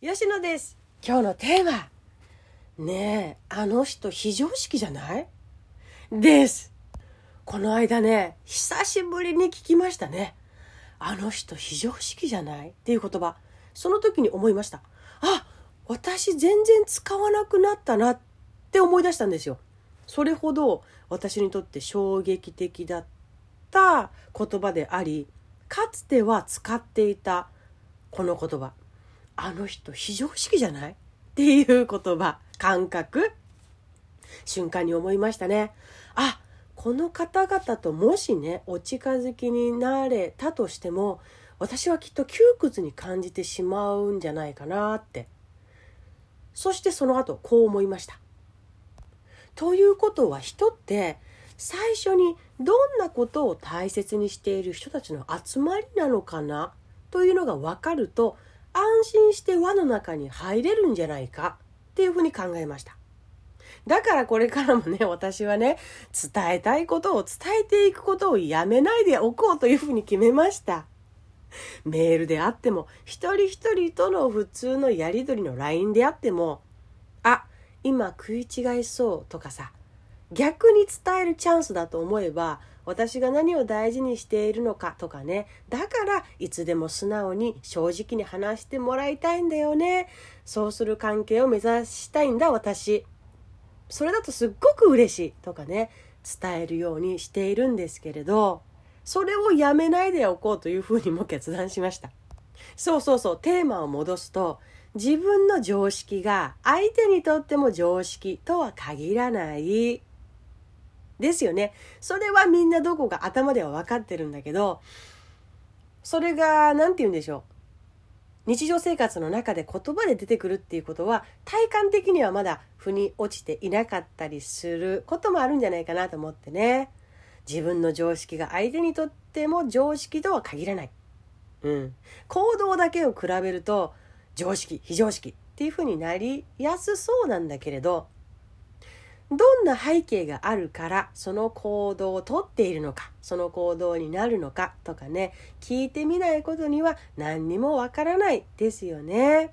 吉野です。今日のテーマ、ねえ、あの人非常識じゃないです。この間ね、久しぶりに聞きましたね。あの人非常識じゃないっていう言葉、その時に思いました。私全然使わなくなったなって思い出したんですよ。それほど私にとって衝撃的だった言葉であり、かつては使っていたこの言葉、あの人非常識じゃないっていう言葉、感覚、瞬間に思いましたね。この方々ともしね、お近づきになれたとしても、私はきっと窮屈に感じてしまうんじゃないかなって。そしてその後、こう思いました。ということは、人って最初にどんなことを大切にしている人たちの集まりなのかなというのが分かると、安心して輪の中に入れるんじゃないかっていうふうに考えました。だからこれからもね、私はね、伝えたいことを伝えていくことをやめないでおこうというふうに決めました。メールであっても、一人一人との普通のやり取りの LINE であっても、今食い違いそうとかさ、逆に伝えるチャンスだと思えば、私が何を大事にしているのかとかね、だからいつでも素直に正直に話してもらいたいんだよね。そうする関係を目指したいんだ私。それだとすっごく嬉しいとかね、伝えるようにしているんですけれど、それをやめないでおこうというふうにも決断しました。そう、テーマを戻すと、自分の常識が相手にとっても常識とは限らないですよね。それはみんなどこか頭では分かってるんだけど、それがなんて言うんでしょう。日常生活の中で言葉で出てくるっていうことは、体感的にはまだ腑に落ちていなかったりすることもあるんじゃないかなと思ってね。自分の常識が相手にとっても常識とは限らない。行動だけを比べると常識、非常識っていうふうになりやすそうなんだけれど、どんな背景があるからその行動をとっているのか、その行動になるのかとかね、聞いてみないことには何にもわからないですよね。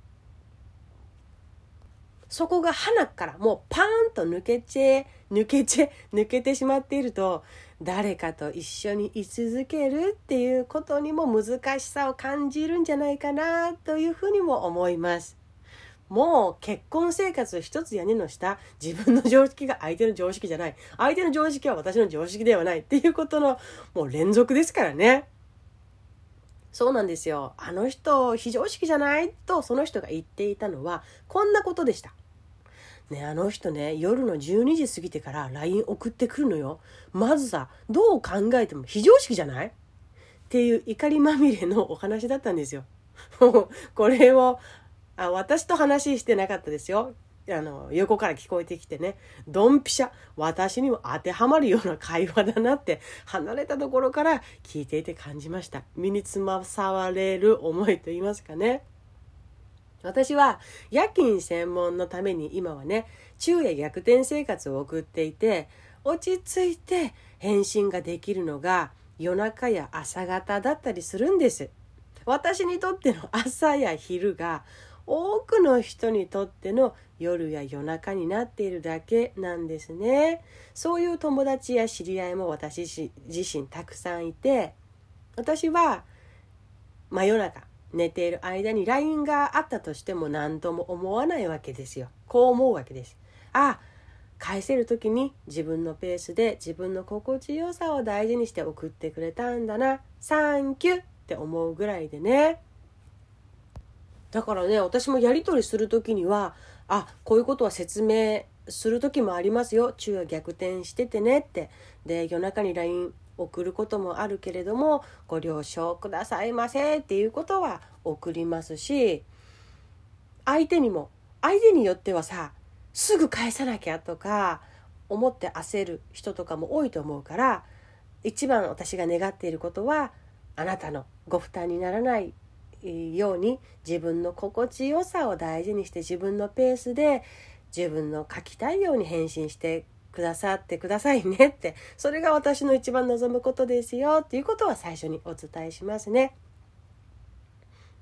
そこが鼻からもうパーンと抜けてしまっていると、誰かと一緒に居続けるっていうことにも難しさを感じるんじゃないかなというふうにも思います。もう結婚生活一つ屋根の下、自分の常識が相手の常識じゃない、相手の常識は私の常識ではないっていうことのもう連続ですからね。そうなんですよ。あの人非常識じゃないとその人が言っていたのはこんなことでした。ね、あの人ね、夜の12時過ぎてから LINE 送ってくるのよ。まずさ、どう考えても非常識じゃないっていう怒りまみれのお話だったんですよ。これを私と話してなかったですよ。横から聞こえてきてね、ドンピシャ、私にも当てはまるような会話だなって離れたところから聞いていて感じました。身につまさわれる思いと言いますかね。私は夜勤専門のために今はね、昼夜逆転生活を送っていて、落ち着いて返信ができるのが夜中や朝方だったりするんです。私にとっての朝や昼が多くの人にとっての夜や夜中になっているだけなんですね。そういう友達や知り合いも私自身たくさんいて、私は真夜中寝ている間に LINE があったとしても何とも思わないわけですよ。こう思うわけです。返せる時に自分のペースで自分の心地よさを大事にして送ってくれたんだな、サンキューって思うぐらいでね。だからね、私もやり取りする時にはこういうことは説明する時もありますよ、昼夜逆転しててねって。で、夜中に LINE 送ることもあるけれどもご了承くださいませっていうことは送りますし、相手によってはさ、すぐ返さなきゃとか思って焦る人とかも多いと思うから、一番私が願っていることは、あなたのご負担にならないように自分の心地よさを大事にして、自分のペースで自分の書きたいように返信してくださってくださいねって、それが私の一番望むことですよっていうことは最初にお伝えしますね。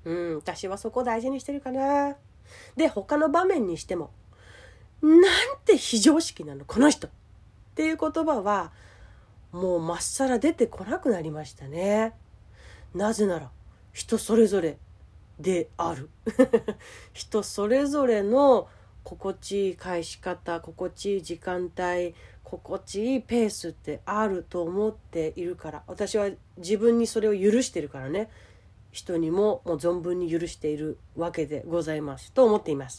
私はそこを大事にしてるかな。で、他の場面にしても、なんて非常識なのこの人っていう言葉はもうまっさら出てこなくなりましたね。なぜなら人それぞれである人それぞれの心地いい返し方、心地いい時間帯、心地いいペースってあると思っているから、私は自分にそれを許しているからね、人にももう存分に許しているわけでございますと思っています。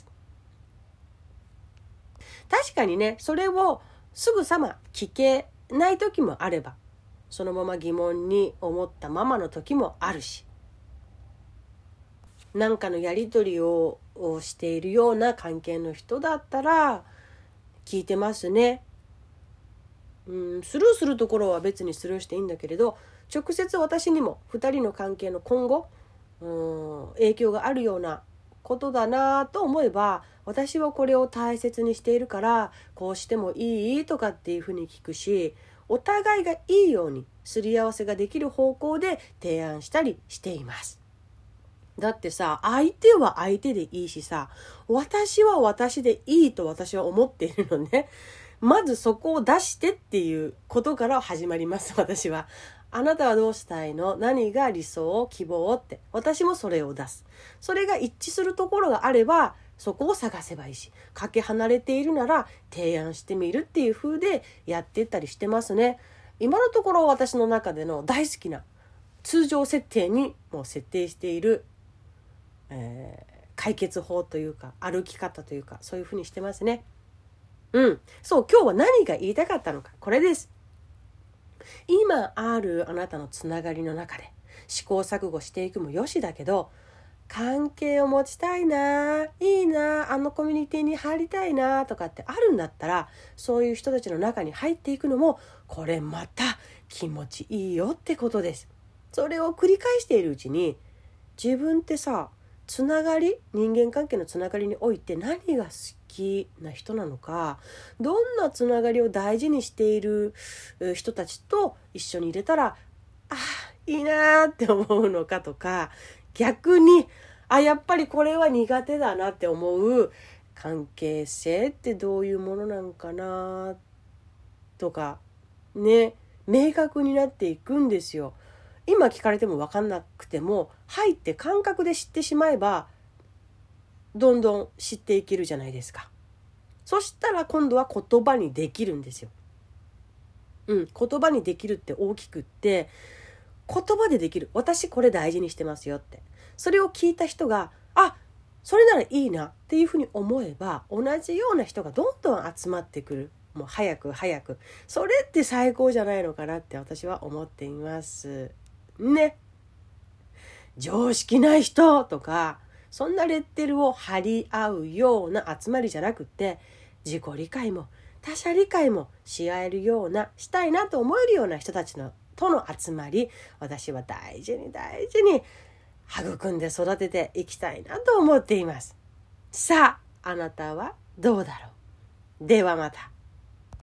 確かにね、それをすぐさま聞けない時もあれば、そのまま疑問に思ったままの時もあるし、何かのやり取りをしているような関係の人だったら聞いてますね。スルーするところは別にスルーしていいんだけれど、直接私にも2人の関係の今後影響があるようなことだなと思えば、私はこれを大切にしているからこうしてもいいとかっていうふうに聞くし、お互いがいいようにすり合わせができる方向で提案したりしています。だってさ、相手は相手でいいしさ、私は私でいいと私は思っているのね。まずそこを出してっていうことから始まります。私はあなたはどうしたいの、何が理想、希望って、私もそれを出す。それが一致するところがあればそこを探せばいいし、かけ離れているなら提案してみるっていう風でやっていったりしてますね。今のところ私の中での大好きな通常設定にもう設定している、解決法というか歩き方というか、そういう風にしてますね。そう、今日は何が言いたかったのか、これです。今あるあなたのつながりの中で試行錯誤していくもよしだけど、関係を持ちたいな、いいな、あのコミュニティに入りたいなとかってあるんだったら、そういう人たちの中に入っていくのもこれまた気持ちいいよってことです。それを繰り返しているうちに、自分ってさ、つながり、人間関係のつながりにおいて何が好きな人なのか、どんなつながりを大事にしている人たちと一緒に入れたらいいなって思うのかとか、逆にやっぱりこれは苦手だなって思う関係性ってどういうものなんかなとかね、明確になっていくんですよ。今聞かれても分かんなくても、入って感覚で知ってしまえばどんどん知っていけるじゃないですか。そしたら今度は言葉にできるんですよ。言葉にできるって大きくって、言葉でできる。私これ大事にしてますよって。それを聞いた人が、それならいいなっていうふうに思えば、同じような人がどんどん集まってくる。もう早く。それって最高じゃないのかなって私は思っていますね。常識ない人とか、そんなレッテルを貼り合うような集まりじゃなくって、自己理解も他者理解もし合えるような、したいなと思えるような人たちとの集まり、私は大事に育んで育てていきたいなと思っています。さあ、あなたはどうだろう。ではまた。